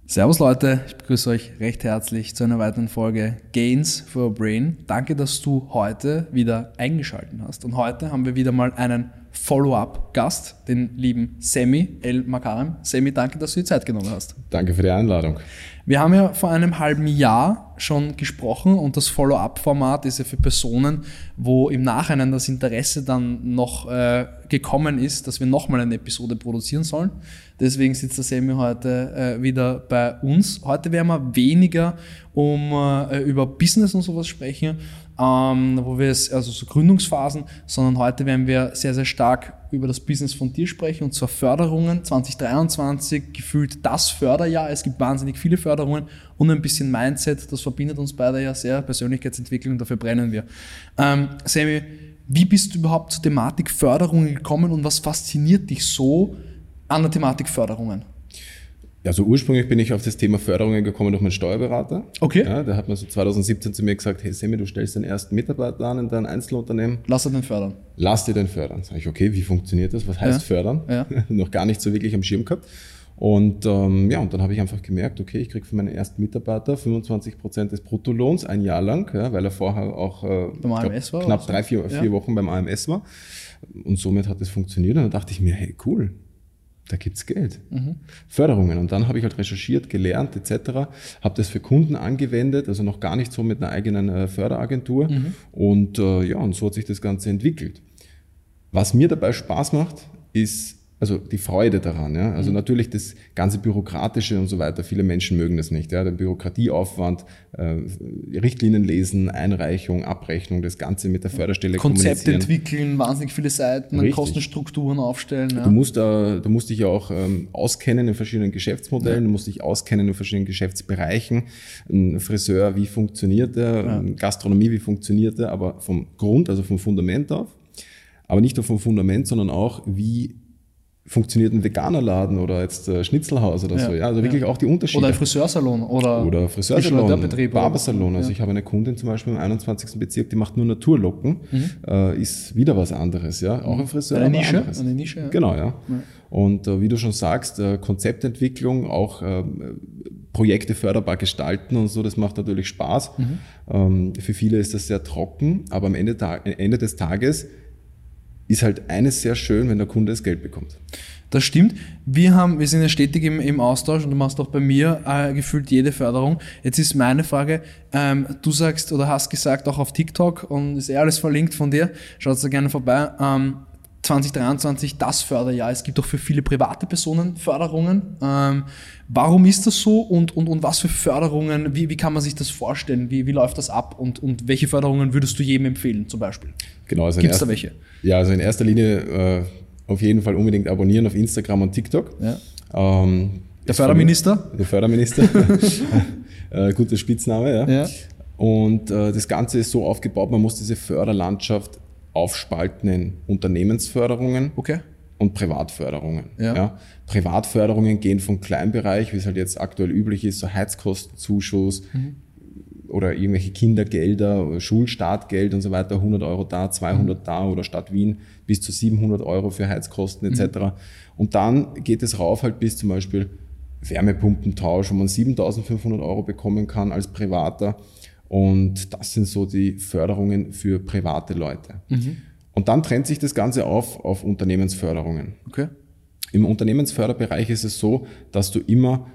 Servus Leute, ich begrüße euch recht herzlich zu einer weiteren Folge Gains for Your Brain. Danke, dass du heute wieder eingeschaltet hast. Und heute haben wir wieder mal einen Follow-up-Gast, den lieben Semi El Makarem. Semi, danke, dass du die Zeit genommen hast. Danke für die Einladung. Wir haben ja vor einem halben Jahr schon gesprochen und das Follow-up-Format ist ja für Personen, wo im Nachhinein das Interesse dann noch gekommen ist, dass wir nochmal eine Episode produzieren sollen. Deswegen sitzt der Semi heute wieder bei uns. Heute werden wir weniger über Business und sowas sprechen, wo wir es, also so Gründungsphasen, sondern heute werden wir sehr, sehr stark über das Business von dir sprechen, und zwar Förderungen. 2023 gefühlt das Förderjahr. Es gibt wahnsinnig viele Förderungen und ein bisschen Mindset. Das verbindet uns beide ja sehr, Persönlichkeitsentwicklung, dafür brennen wir. Semi, wie bist du überhaupt zur Thematik Förderungen gekommen und was fasziniert dich so an der Thematik Förderungen? Also ursprünglich bin ich auf das Thema Förderungen gekommen durch meinen Steuerberater. Okay. Ja, der hat mir so 2017 zu mir gesagt, hey Semi, du stellst den ersten Mitarbeiter an in dein Einzelunternehmen. Lass dir den fördern. Lass dir den fördern. Sag ich, okay, wie funktioniert das? Was heißt fördern? Ja. Noch gar nicht so wirklich am Schirm gehabt. Und und dann habe ich einfach gemerkt, okay, ich kriege für meinen ersten Mitarbeiter 25% des Bruttolohns ein Jahr lang, ja, weil er vorher auch beim AMS war, knapp 3-4 Wochen beim AMS war. Und somit hat es funktioniert. Und dann dachte ich mir, hey, cool. Da gibt's Geld. Förderungen. Und dann habe ich halt recherchiert, gelernt etc., habe das für Kunden angewendet, also noch gar nicht so mit einer eigenen Förderagentur. Und und so hat sich das Ganze entwickelt. Was mir dabei Spaß macht, ist also die Freude daran. Ja? Also natürlich das ganze Bürokratische und so weiter. Viele Menschen mögen das nicht. Ja? Der Bürokratieaufwand, Richtlinien lesen, Einreichung, Abrechnung, das Ganze mit der Förderstelle Konzept kommunizieren. entwickeln, wahnsinnig viele Seiten, Richtig. Kostenstrukturen aufstellen. Ja. Du musst dich ja auch auskennen in verschiedenen Geschäftsmodellen, du musst dich auskennen in verschiedenen Geschäftsbereichen. Ein Friseur, wie funktioniert der? Gastronomie, wie funktioniert der? Aber vom Grund, also vom Fundament auf. Aber nicht nur vom Fundament, sondern auch, wie funktioniert ein Veganerladen oder jetzt Schnitzelhaus oder so. Ja, also wirklich auch die Unterschiede. Oder ein Friseursalon. Oder Friseursalon, Barbersalon. Also ich habe eine Kundin zum Beispiel im 21. Bezirk, die macht nur Naturlocken. Ist wieder was anderes. Ja, auch ein Friseur. Eine Nische. Ja. Genau, ja. Und wie du schon sagst, Konzeptentwicklung, auch Projekte förderbar gestalten und so, das macht natürlich Spaß. Für viele ist das sehr trocken, aber am Ende des Tages ist halt eines sehr schön, wenn der Kunde das Geld bekommt. Das stimmt. Wir sind ja stetig im Austausch und du machst auch bei mir gefühlt jede Förderung. Jetzt ist meine Frage, du sagst oder hast gesagt, auch auf TikTok, und ist alles verlinkt von dir, schaut da gerne vorbei, 2023 das Förderjahr. Es gibt auch für viele private Personen Förderungen. Warum ist das so und was für Förderungen, wie kann man sich das vorstellen? Wie läuft das ab und welche Förderungen würdest du jedem empfehlen zum Beispiel? Genau, also gibt es da welche? Ja, also in erster Linie auf jeden Fall unbedingt abonnieren auf Instagram und TikTok. Ja. Der Förderminister? Der Förderminister. Guter Spitzname, ja. Ja. Und das Ganze ist so aufgebaut, man muss diese Förderlandschaft aufspalten in Unternehmensförderungen und Privatförderungen. Ja. Privatförderungen gehen vom Kleinbereich, wie es halt jetzt aktuell üblich ist, so Heizkostenzuschuss oder irgendwelche Kindergelder, Schulstartgeld und so weiter, 100 Euro da, 200 da, oder Stadt Wien bis zu 700 Euro für Heizkosten etc. Und dann geht es rauf halt bis zum Beispiel Wärmepumpentausch, wo man 7.500 Euro bekommen kann als Privater. Und das sind so die Förderungen für private Leute. Und dann trennt sich das Ganze auf Unternehmensförderungen. Okay. Im Unternehmensförderbereich ist es so, dass du immer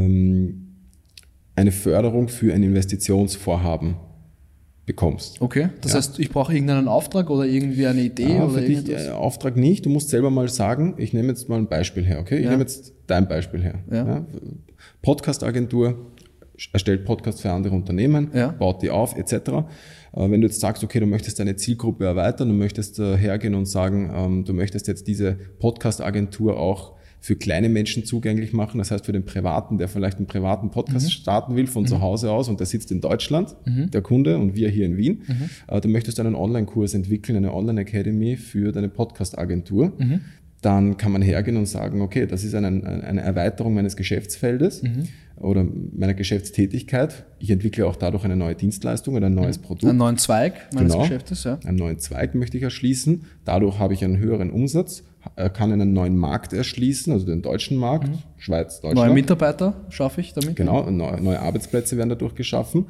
eine Förderung für ein Investitionsvorhaben bekommst. Okay, das heißt, ich brauche irgendeinen Auftrag oder irgendwie eine Idee? Ja, oder für dich Auftrag nicht. Du musst selber mal sagen, ich nehme jetzt mal ein Beispiel her. Okay, ich nehme jetzt dein Beispiel her. Ja. Podcast-Agentur erstellt Podcasts für andere Unternehmen, baut die auf etc. Wenn du jetzt sagst, okay, du möchtest deine Zielgruppe erweitern, du möchtest hergehen und sagen, du möchtest jetzt diese Podcast-Agentur auch für kleine Menschen zugänglich machen, das heißt für den Privaten, der vielleicht einen privaten Podcast starten will von zu Hause aus und der sitzt in Deutschland, der Kunde, und wir hier in Wien. Du möchtest einen Online-Kurs entwickeln, eine Online-Academy für deine Podcast-Agentur. Dann kann man hergehen und sagen, okay, das ist eine Erweiterung meines Geschäftsfeldes oder meiner Geschäftstätigkeit. Ich entwickle auch dadurch eine neue Dienstleistung oder ein neues Produkt. Einen neuen Zweig meines Geschäftes, ja. Einen neuen Zweig möchte ich erschließen. Dadurch habe ich einen höheren Umsatz, kann einen neuen Markt erschließen, also den deutschen Markt, Schweiz, Deutschland. Neue Mitarbeiter schaffe ich damit? Genau, neue Arbeitsplätze werden dadurch geschaffen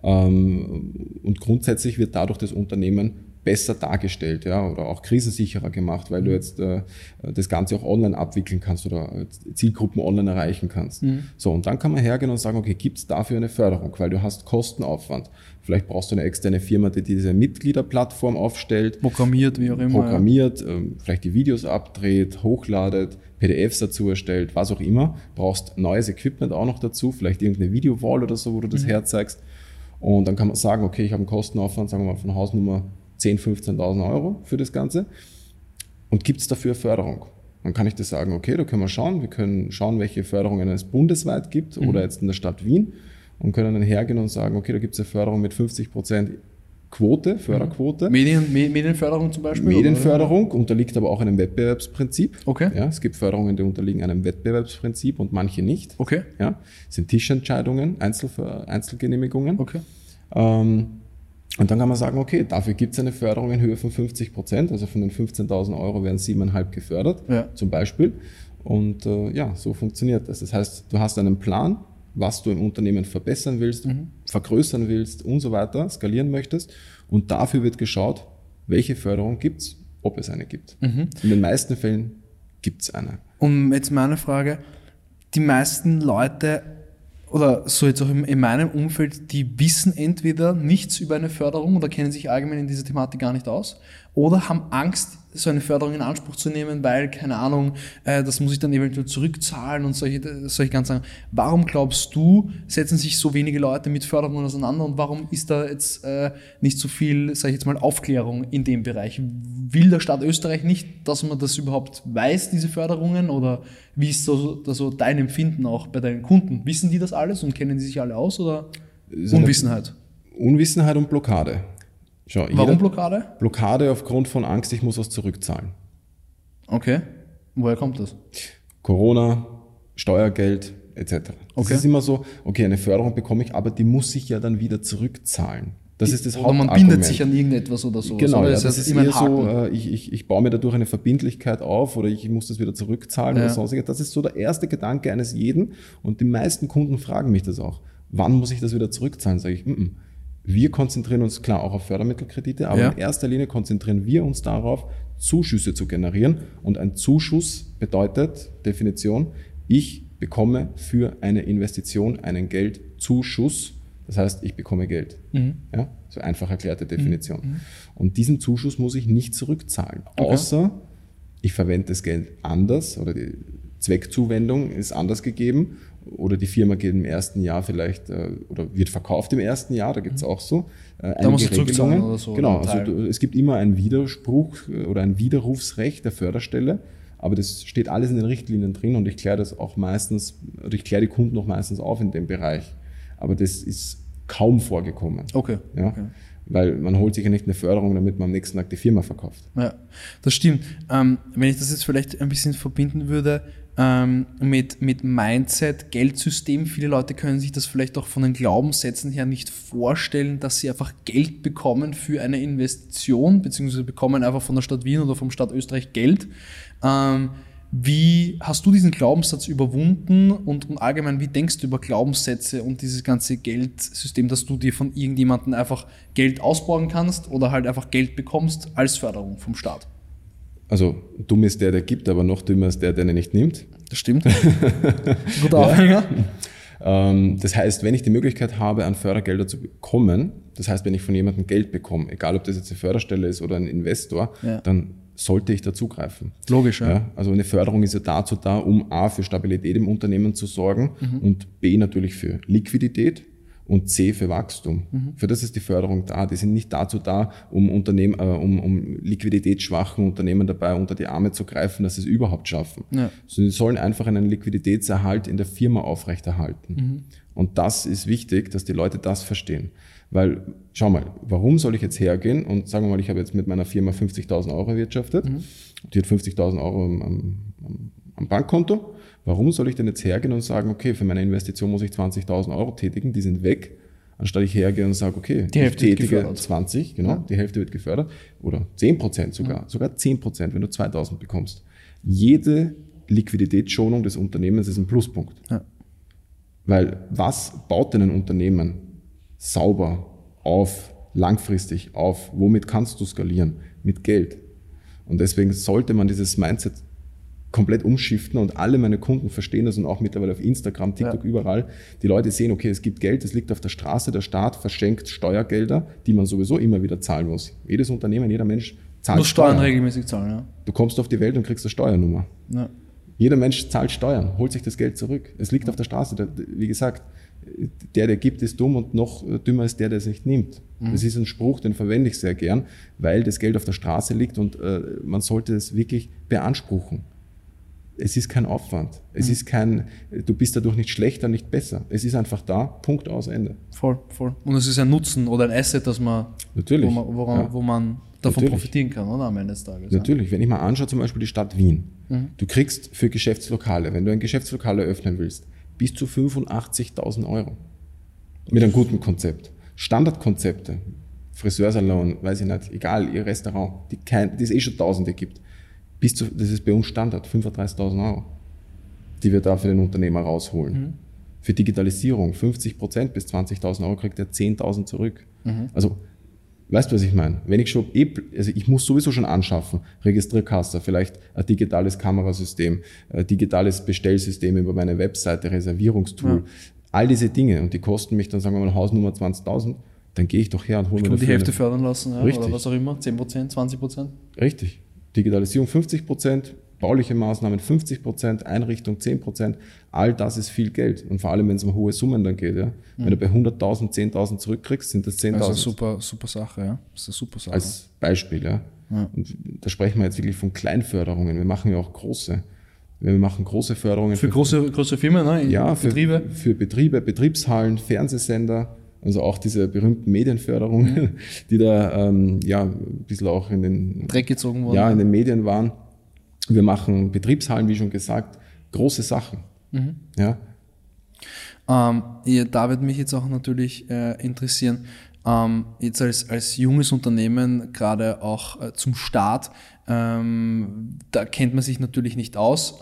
und grundsätzlich wird dadurch das Unternehmen besser dargestellt, ja, oder auch krisensicherer gemacht, weil du jetzt das Ganze auch online abwickeln kannst oder Zielgruppen online erreichen kannst. So, und dann kann man hergehen und sagen, okay, gibt es dafür eine Förderung, weil du hast Kostenaufwand. Vielleicht brauchst du eine externe Firma, die diese Mitgliederplattform aufstellt. Programmiert, wie auch immer. Programmiert, vielleicht die Videos abdreht, hochladet, PDFs dazu erstellt, was auch immer. Brauchst neues Equipment auch noch dazu, vielleicht irgendeine Videowall oder so, wo du das herzeigst. Und dann kann man sagen, okay, ich habe einen Kostenaufwand, sagen wir mal von Hausnummer 10.000, 15.000 Euro für das Ganze. Und gibt es dafür Förderung? Dann kann ich das sagen, okay, da können wir schauen. Wir können schauen, welche Förderungen es bundesweit gibt oder jetzt in der Stadt Wien und können dann hergehen und sagen, okay, da gibt es eine Förderung mit 50% Quote, Förderquote. Medienförderung zum Beispiel? Medienförderung unterliegt aber auch einem Wettbewerbsprinzip. Okay. Ja, es gibt Förderungen, die unterliegen einem Wettbewerbsprinzip und manche nicht. Okay. Ja, das sind Tischentscheidungen, Einzelgenehmigungen. Okay. Und dann kann man sagen, okay, dafür gibt es eine Förderung in Höhe von 50%, also von den 15.000 Euro werden 7,5 gefördert, zum Beispiel. Und so funktioniert das. Das heißt, du hast einen Plan, was du im Unternehmen verbessern willst, vergrößern willst und so weiter, skalieren möchtest. Und dafür wird geschaut, welche Förderung gibt es, ob es eine gibt. In den meisten Fällen gibt es eine. Und jetzt meine Frage, die meisten Leute oder so jetzt auch in meinem Umfeld, die wissen entweder nichts über eine Förderung oder kennen sich allgemein in dieser Thematik gar nicht aus oder haben Angst, so eine Förderung in Anspruch zu nehmen, weil, keine Ahnung, das muss ich dann eventuell zurückzahlen und solche ganzen Sachen. Warum glaubst du, setzen sich so wenige Leute mit Förderungen auseinander und warum ist da jetzt nicht so viel, sage ich jetzt mal, Aufklärung in dem Bereich? Will der Staat Österreich nicht, dass man das überhaupt weiß, diese Förderungen, oder wie ist so dein Empfinden auch bei deinen Kunden? Wissen die das alles und kennen die sich alle aus oder Unwissenheit? Unwissenheit und Blockade. Schau, warum Blockade? Blockade aufgrund von Angst, ich muss was zurückzahlen. Okay. Woher kommt das? Corona, Steuergeld etc. Okay. Das ist immer so, okay, eine Förderung bekomme ich, aber die muss ich ja dann wieder zurückzahlen. Das ist das Hauptargument. Oder man bindet sich an irgendetwas oder so. Genau, oder ja, das ist immer so, ich baue mir dadurch eine Verbindlichkeit auf oder ich muss das wieder zurückzahlen oder sonstiges. Das ist so der erste Gedanke eines jeden und die meisten Kunden fragen mich das auch. Wann muss ich das wieder zurückzahlen? Sage ich, Wir konzentrieren uns klar auch auf Fördermittelkredite, aber in erster Linie konzentrieren wir uns darauf, Zuschüsse zu generieren. Und ein Zuschuss bedeutet, Definition, ich bekomme für eine Investition einen Geldzuschuss. Das heißt, ich bekomme Geld. Ja, so einfach erklärte Definition. Und diesen Zuschuss muss ich nicht zurückzahlen, außer ich verwende das Geld anders oder die Zweckzuwendung ist anders gegeben oder die Firma geht im ersten Jahr vielleicht oder wird verkauft im ersten Jahr, da gibt es auch so einige Regelungen. Oder so, genau, also es gibt immer einen Widerspruch oder ein Widerrufsrecht der Förderstelle, aber das steht alles in den Richtlinien drin und ich kläre das auch meistens, oder ich kläre die Kunden auch meistens auf in dem Bereich, aber das ist kaum vorgekommen. Okay. Ja? Okay. Weil man holt sich ja nicht eine Förderung, damit man am nächsten Tag die Firma verkauft. Ja, das stimmt. Wenn ich das jetzt vielleicht ein bisschen verbinden würde mit Mindset, Geldsystem, viele Leute können sich das vielleicht auch von den Glaubenssätzen her nicht vorstellen, dass sie einfach Geld bekommen für eine Investition, beziehungsweise bekommen einfach von der Stadt Wien oder vom Staat Österreich Geld. Wie hast du diesen Glaubenssatz überwunden und allgemein, wie denkst du über Glaubenssätze und dieses ganze Geldsystem, dass du dir von irgendjemandem einfach Geld ausborgen kannst oder halt einfach Geld bekommst als Förderung vom Staat? Also dumm ist der gibt, aber noch dümmer ist der nicht nimmt. Das stimmt. Guter Aufhänger. Das heißt, wenn ich die Möglichkeit habe, an Fördergelder zu bekommen, das heißt, wenn ich von jemandem Geld bekomme, egal ob das jetzt eine Förderstelle ist oder ein Investor, dann sollte ich dazugreifen. Logisch, ja. Ja. Also eine Förderung ist ja dazu da, um A, für Stabilität im Unternehmen zu sorgen und B, natürlich für Liquidität und C, für Wachstum. Für das ist die Förderung da. Die sind nicht dazu da, um liquiditätsschwachen Unternehmen dabei unter die Arme zu greifen, dass sie es überhaupt schaffen. Ja. Sie sollen einfach einen Liquiditätserhalt in der Firma aufrechterhalten. Und das ist wichtig, dass die Leute das verstehen. Weil, schau mal, warum soll ich jetzt hergehen und sagen wir mal, ich habe jetzt mit meiner Firma 50.000 Euro erwirtschaftet, die hat 50.000 Euro am Bankkonto. Warum soll ich denn jetzt hergehen und sagen, okay, für meine Investition muss ich 20.000 Euro tätigen, die sind weg, anstatt ich hergehe und sage, okay, die Hälfte ich tätige 20, genau, die Hälfte wird gefördert oder 10% sogar 10%, wenn du 2.000 bekommst. Jede Liquiditätsschonung des Unternehmens ist ein Pluspunkt. Ja. Weil was baut denn ein Unternehmen sauber auf, langfristig auf? Womit kannst du skalieren? Mit Geld. Und deswegen sollte man dieses Mindset komplett umschiften und alle meine Kunden verstehen das und auch mittlerweile auf Instagram, TikTok, überall. Die Leute sehen, okay, es gibt Geld, es liegt auf der Straße, der Staat verschenkt Steuergelder, die man sowieso immer wieder zahlen muss. Jedes Unternehmen, jeder Mensch zahlt Steuern regelmäßig zahlen, ja. Du kommst auf die Welt und kriegst eine Steuernummer. Ja. Jeder Mensch zahlt Steuern, holt sich das Geld zurück. Es liegt auf der Straße. Wie gesagt, der gibt, ist dumm und noch dümmer ist der es nicht nimmt. Das ist ein Spruch, den verwende ich sehr gern, weil das Geld auf der Straße liegt und man sollte es wirklich beanspruchen. Es ist kein Aufwand. Es ist du bist dadurch nicht schlechter, nicht besser. Es ist einfach da, Punkt, aus, Ende. Voll. Und es ist ein Nutzen oder ein Asset, das man, wo man davon profitieren kann, oder, am Ende des Tages. Natürlich. Wenn ich mal anschaue, zum Beispiel die Stadt Wien. Du kriegst für Geschäftslokale, wenn du ein Geschäftslokal eröffnen willst, bis zu 85.000 Euro. Mit einem guten Konzept. Standardkonzepte, Friseursalon, weiß ich nicht, egal, ihr Restaurant, die es schon Tausende gibt. Das ist bei uns Standard, 35.000 Euro, die wir da für den Unternehmer rausholen. Für Digitalisierung 50% bis 20.000 Euro kriegt er 10.000 zurück. Also, weißt du, was ich meine? Wenn ich schon, ich muss sowieso schon anschaffen, Registrierkasse, vielleicht ein digitales Kamerasystem, ein digitales Bestellsystem über meine Webseite, Reservierungstool, all diese Dinge und die kosten mich dann, sagen wir mal, Hausnummer 20.000, dann gehe ich doch her und hole mir dafür. Die Hälfte fördern lassen, ja, oder was auch immer, 10%, 20%? Richtig. Digitalisierung 50%, bauliche Maßnahmen 50%, Einrichtung 10%, all das ist viel Geld. Und vor allem, wenn es um hohe Summen dann geht. Ja. Wenn du bei 100.000 10.000 zurückkriegst, sind das 10.000. Das ist eine super Sache, ja. Das ist eine super Sache. Als Beispiel, ja. Und da sprechen wir jetzt wirklich von Kleinförderungen. Wir machen ja auch große. Wir machen große Förderungen. Für große Firmen, ne? Ja, Betriebe. Für Betriebe, Betriebshallen, Fernsehsender. Also auch diese berühmten Medienförderungen, die da ein bisschen auch in den Dreck gezogen wurden. Ja, in den Medien waren. Wir machen Betriebshallen, wie schon gesagt, große Sachen. Ja. Da wird mich jetzt auch natürlich interessieren, jetzt als junges Unternehmen, gerade auch zum Start, da kennt man sich natürlich nicht aus.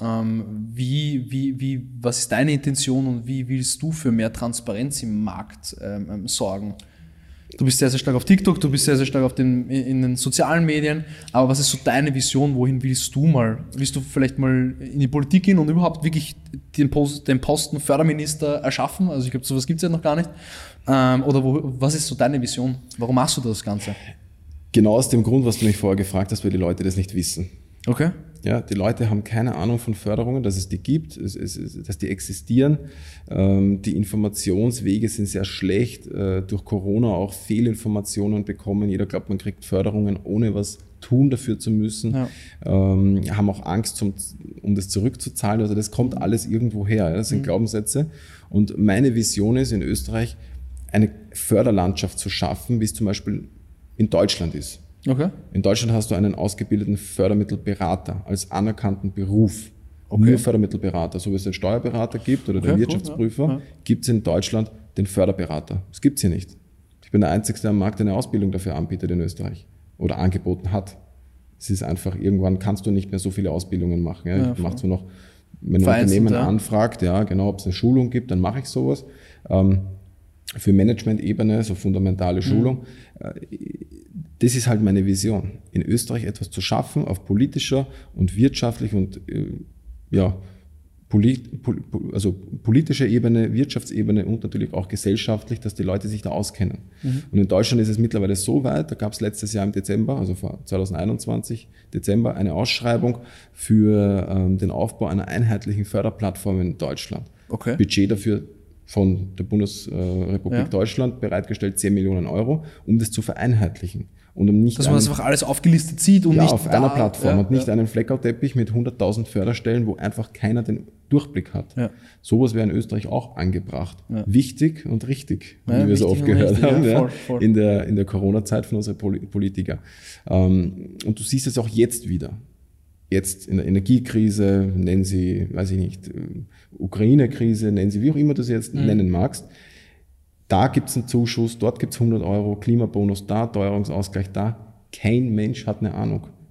Was ist deine Intention und wie willst du für mehr Transparenz im Markt sorgen? Du bist sehr, sehr stark auf TikTok, du bist sehr, sehr stark in den sozialen Medien, aber was ist so deine Vision, wohin willst du mal? Willst du vielleicht mal in die Politik gehen und überhaupt wirklich den Posten Förderminister erschaffen? Also ich glaube, sowas gibt es ja noch gar nicht. Was ist so deine Vision? Warum machst du das Ganze? Genau aus dem Grund, was du mich vorher gefragt hast, weil die Leute das nicht wissen. Okay. Ja, die Leute haben keine Ahnung von Förderungen, dass es die gibt, dass die existieren. Die Informationswege sind sehr schlecht. Durch Corona auch Fehlinformationen bekommen. Jeder glaubt, man kriegt Förderungen, ohne was tun dafür zu müssen. Ja. Haben auch Angst, um das zurückzuzahlen. Also das kommt alles irgendwo her. Ja? Das sind Glaubenssätze. Und meine Vision ist, in Österreich eine Förderlandschaft zu schaffen, wie es zum Beispiel in Deutschland ist. Okay. In Deutschland hast du einen ausgebildeten Fördermittelberater als anerkannten Beruf. Nur Fördermittelberater. So wie es den Steuerberater gibt oder den Wirtschaftsprüfer, gibt es in Deutschland den Förderberater. Das gibt es hier nicht. Ich bin der Einzige, der am Markt eine Ausbildung dafür anbietet in Österreich oder angeboten hat. Es ist einfach, irgendwann kannst du nicht mehr so viele Ausbildungen machen. Ja? Ich mache zwar noch, wenn ein Unternehmen anfragt, ob es eine Schulung gibt, dann mache ich sowas. Für Management-Ebene, so fundamentale Schulung. Das ist halt meine Vision, in Österreich etwas zu schaffen auf politischer und wirtschaftlicher und politischer Ebene, Wirtschaftsebene und natürlich auch gesellschaftlich, dass die Leute sich da auskennen. Und in Deutschland ist es mittlerweile so weit, da gab es letztes Jahr im Dezember, also vor 2021 Dezember, eine Ausschreibung für den Aufbau einer einheitlichen Förderplattform in Deutschland. Okay. Budget dafür von der Bundesrepublik Deutschland bereitgestellt 10 Millionen Euro, um das zu vereinheitlichen. Und um nicht dass man das einfach alles aufgelistet sieht und nicht auf einer Plattform und nicht einen Fleckerlteppich mit 100.000 Förderstellen, wo einfach keiner den Durchblick hat. Ja. Sowas wäre in Österreich auch angebracht. Ja. Wichtig und richtig, wie wir so oft gehört haben, voll. In der Corona-Zeit von unseren Politikern. Und du siehst es auch jetzt wieder. Jetzt in der Energiekrise, nennen sie, weiß ich nicht, Ukraine-Krise, nennen sie, wie auch immer du sie jetzt nennen magst. Da gibt es einen Zuschuss, dort gibt es 100 Euro, Klimabonus da, Teuerungsausgleich da. Kein Mensch hat eine Ahnung.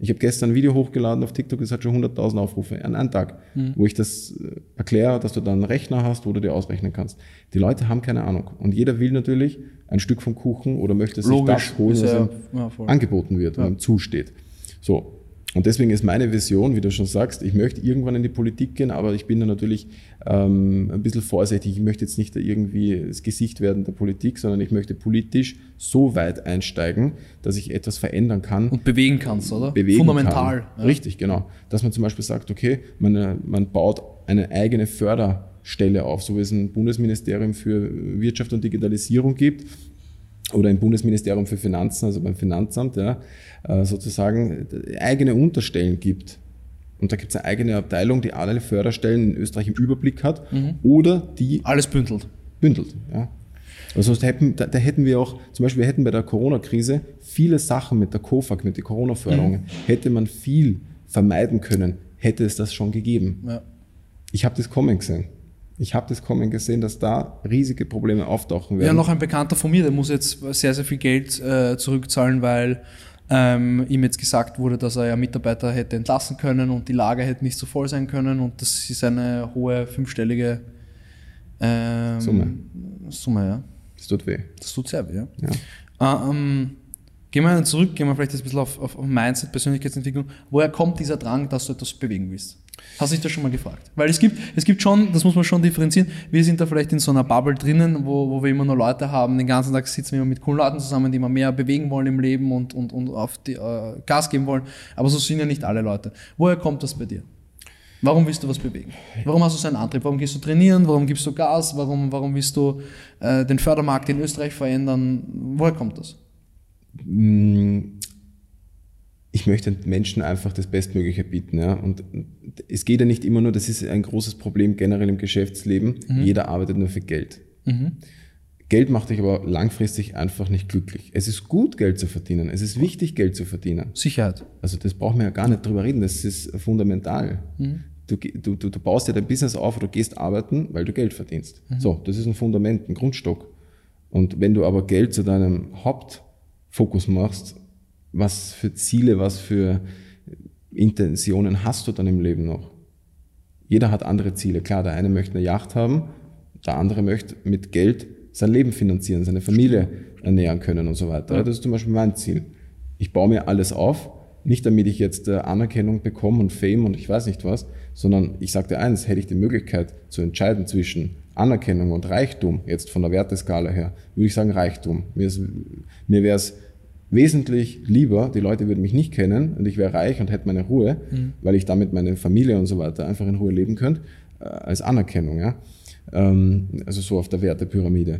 Ich habe gestern ein Video hochgeladen auf TikTok, es hat schon 100.000 Aufrufe an einem Tag, wo ich das erkläre, dass du dann einen Rechner hast, wo du dir ausrechnen kannst. Die Leute haben keine Ahnung. Und jeder will natürlich ein Stück vom Kuchen oder möchte sich das holen, was ihm angeboten wird und ihm zusteht. So. Und deswegen ist meine Vision, wie du schon sagst, ich möchte irgendwann in die Politik gehen, aber ich bin da natürlich ein bisschen vorsichtig. Ich möchte jetzt nicht da irgendwie das Gesicht werden der Politik, sondern ich möchte politisch so weit einsteigen, dass ich etwas verändern kann. Und bewegen kannst, oder? Fundamental. Ja. Richtig, genau. Dass man zum Beispiel sagt, okay, man baut eine eigene Förderstelle auf, so wie es ein Bundesministerium für Wirtschaft und Digitalisierung gibt, oder im Bundesministerium für Finanzen, also beim Finanzamt, ja, sozusagen eigene Unterstellen gibt. Und da gibt es eine eigene Abteilung, die alle Förderstellen in Österreich im Überblick hat oder die alles bündelt. Ja. Also da hätten wir auch, zum Beispiel wir hätten bei der Corona-Krise viele Sachen mit der COFAG, mit den Corona-Förderungen, hätte man viel vermeiden können, hätte es das schon gegeben. Ja. Ich habe das kommen gesehen. Dass da riesige Probleme auftauchen werden. Ja, noch ein Bekannter von mir, der muss jetzt sehr, sehr viel Geld zurückzahlen, weil ihm jetzt gesagt wurde, dass er ja Mitarbeiter hätte entlassen können und die Lager hätten nicht so voll sein können und das ist eine hohe fünfstellige Summe, ja. Das tut weh. Das tut sehr weh, ja. Gehen wir zurück, gehen wir vielleicht ein bisschen auf Mindset, Persönlichkeitsentwicklung. Woher kommt dieser Drang, dass du etwas bewegen willst? Hast du dich das schon mal gefragt? Weil es gibt schon, das muss man schon differenzieren, wir sind da vielleicht in so einer Bubble drinnen, wo wir immer nur Leute haben, den ganzen Tag sitzen wir immer mit coolen Leuten zusammen, die immer mehr bewegen wollen im Leben und auf die Gas geben wollen, aber so sind ja nicht alle Leute. Woher kommt das bei dir? Warum willst du was bewegen? Warum hast du so einen Antrieb? Warum gehst du trainieren? Warum gibst du Gas? Warum willst du den Fördermarkt in Österreich verändern? Woher kommt das? Ich möchte Menschen einfach das Bestmögliche bieten. Ja? Und es geht ja nicht immer nur, das ist ein großes Problem generell im Geschäftsleben, jeder arbeitet nur für Geld. Geld macht dich aber langfristig einfach nicht glücklich. Es ist gut, Geld zu verdienen. Es ist wichtig, Geld zu verdienen. Sicherheit. Also das brauchen wir ja gar nicht drüber reden, das ist fundamental. Du baust dir dein Business auf oder gehst arbeiten, weil du Geld verdienst. So, das ist ein Fundament, ein Grundstock. Und wenn du aber Geld zu deinem Hauptfokus machst, was für Ziele, was für Intentionen hast du dann im Leben noch? Jeder hat andere Ziele. Klar, der eine möchte eine Yacht haben, der andere möchte mit Geld sein Leben finanzieren, seine Familie ernähren können und so weiter. Ja. Das ist zum Beispiel mein Ziel. Ich baue mir alles auf, nicht damit ich jetzt Anerkennung bekomme und Fame und ich weiß nicht was, sondern ich sage dir eins, hätte ich die Möglichkeit zu entscheiden zwischen Anerkennung und Reichtum, jetzt von der Werteskala her, würde ich sagen Reichtum. Mir wäre es wesentlich lieber, die Leute würden mich nicht kennen und ich wäre reich und hätte meine Ruhe, weil ich damit meine Familie und so weiter einfach in Ruhe leben könnte, als Anerkennung. Ja? Also so auf der Wertepyramide.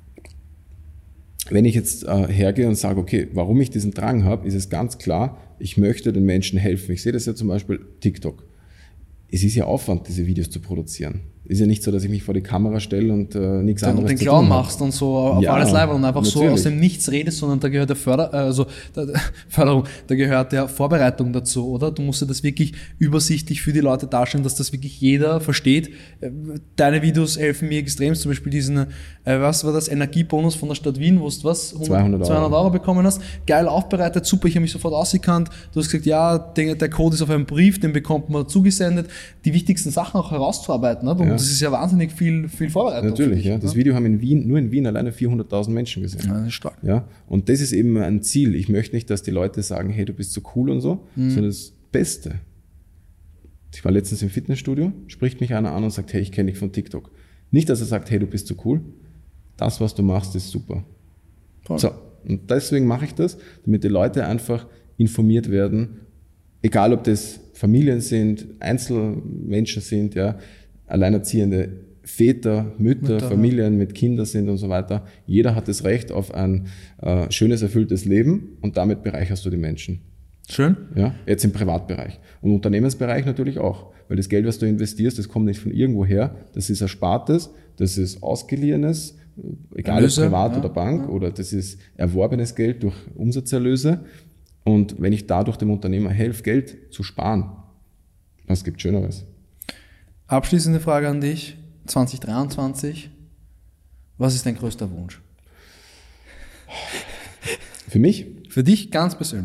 Wenn ich jetzt hergehe und sage, okay, warum ich diesen Drang habe, ist es ganz klar, ich möchte den Menschen helfen. Ich sehe das ja zum Beispiel TikTok. Es ist ja Aufwand, diese Videos zu produzieren. Ist ja nicht so, dass ich mich vor die Kamera stelle und nichts anderes zu tun habe. Und den Clown machst und so auf alles live und einfach natürlich. So aus dem Nichts redest, sondern da gehört der Förderung, da gehört der Vorbereitung dazu, oder? Du musst ja das wirklich übersichtlich für die Leute darstellen, dass das wirklich jeder versteht. Deine Videos helfen mir extrem, zum Beispiel diesen, was war das, Energiebonus von der Stadt Wien, wo du was? 200 Euro bekommen hast. Geil aufbereitet, super, ich habe mich sofort ausgekannt. Du hast gesagt, ja, der Code ist auf einem Brief, den bekommt man zugesendet. Die wichtigsten Sachen auch herauszuarbeiten, ne? Das ist ja wahnsinnig viel Vorbereitung. Natürlich, ja. Das Video haben nur in Wien alleine 400.000 Menschen gesehen. Ja, das ist stark. Ja. Und das ist eben ein Ziel. Ich möchte nicht, dass die Leute sagen, hey, du bist so cool und so, sondern das Beste. Ich war letztens im Fitnessstudio, spricht mich einer an und sagt, hey, ich kenne dich von TikTok. Nicht, dass er sagt, hey, du bist so cool. Das, was du machst, ist super. Toll. So. Und deswegen mache ich das, damit die Leute einfach informiert werden, egal ob das Familien sind, Einzelmenschen sind, ja, alleinerziehende Väter, Mütter, Familien mit Kindern sind und so weiter. Jeder hat das Recht auf ein schönes, erfülltes Leben und damit bereicherst du die Menschen. Schön. Ja, jetzt im Privatbereich. Und im Unternehmensbereich natürlich auch. Weil das Geld, was du investierst, das kommt nicht von irgendwo her. Das ist Erspartes, das ist ausgeliehenes, egal Erlöse, ob privat oder Bank, oder das ist erworbenes Geld durch Umsatzerlöse. Und wenn ich dadurch dem Unternehmer helfe, Geld zu sparen, was gibt Schöneres? Abschließende Frage an dich, 2023, was ist dein größter Wunsch? Für mich? Für dich ganz persönlich.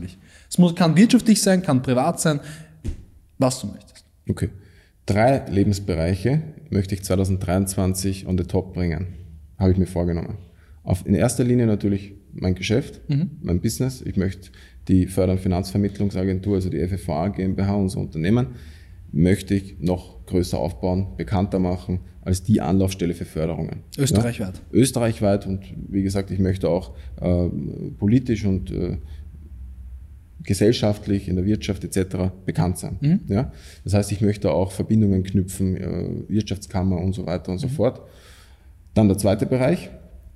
Kann wirtschaftlich sein, kann privat sein, was du möchtest. Okay. 3 Lebensbereiche möchte ich 2023 on the top bringen. Habe ich mir vorgenommen. In erster Linie natürlich mein Geschäft, mein Business. Ich möchte die Förder- und Finanzvermittlungsagentur, also die FFA GmbH, unser Unternehmen, möchte ich noch größer aufbauen, bekannter machen als die Anlaufstelle für Förderungen. Österreichweit. Ja? Österreichweit, und wie gesagt, ich möchte auch politisch und gesellschaftlich, in der Wirtschaft etc. bekannt sein. Ja? Das heißt, ich möchte auch Verbindungen knüpfen, Wirtschaftskammer und so weiter und so fort. Dann der zweite Bereich,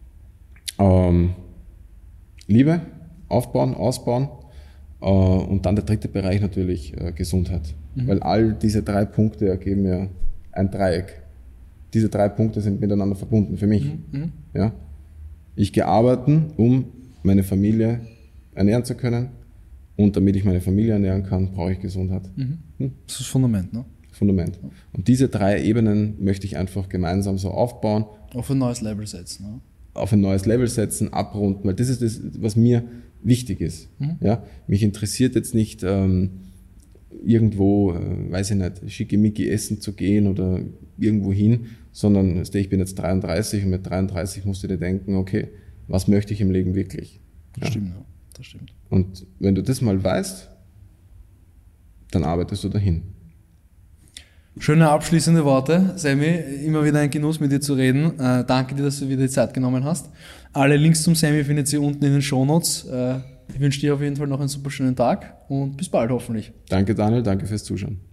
Liebe, aufbauen, ausbauen, und dann der dritte Bereich natürlich Gesundheit. Weil all diese 3 Punkte ergeben ja ein Dreieck. Diese 3 Punkte sind miteinander verbunden für mich. Ja? Ich gehe arbeiten, um meine Familie ernähren zu können, und damit ich meine Familie ernähren kann, brauche ich Gesundheit. Das ist das Fundament, ne? Fundament. Und diese 3 Ebenen möchte ich einfach gemeinsam so aufbauen. Auf ein neues Level setzen. Ne? Auf ein neues Level setzen, abrunden, weil das ist das, was mir wichtig ist. Ja? Mich interessiert jetzt nicht, irgendwo, weiß ich nicht, schickimicki essen zu gehen oder irgendwo hin, sondern ich bin jetzt 33 und mit 33 musst du dir denken, okay, was möchte ich im Leben wirklich? Das stimmt, ja. Das stimmt. Und wenn du das mal weißt, dann arbeitest du dahin. Schöne abschließende Worte, Sammy. Immer wieder ein Genuss, mit dir zu reden. Danke dir, dass du wieder die Zeit genommen hast. Alle Links zum Sammy findet ihr unten in den Shownotes. Ich wünsche dir auf jeden Fall noch einen super schönen Tag und bis bald hoffentlich. Danke, Daniel. Danke fürs Zuschauen.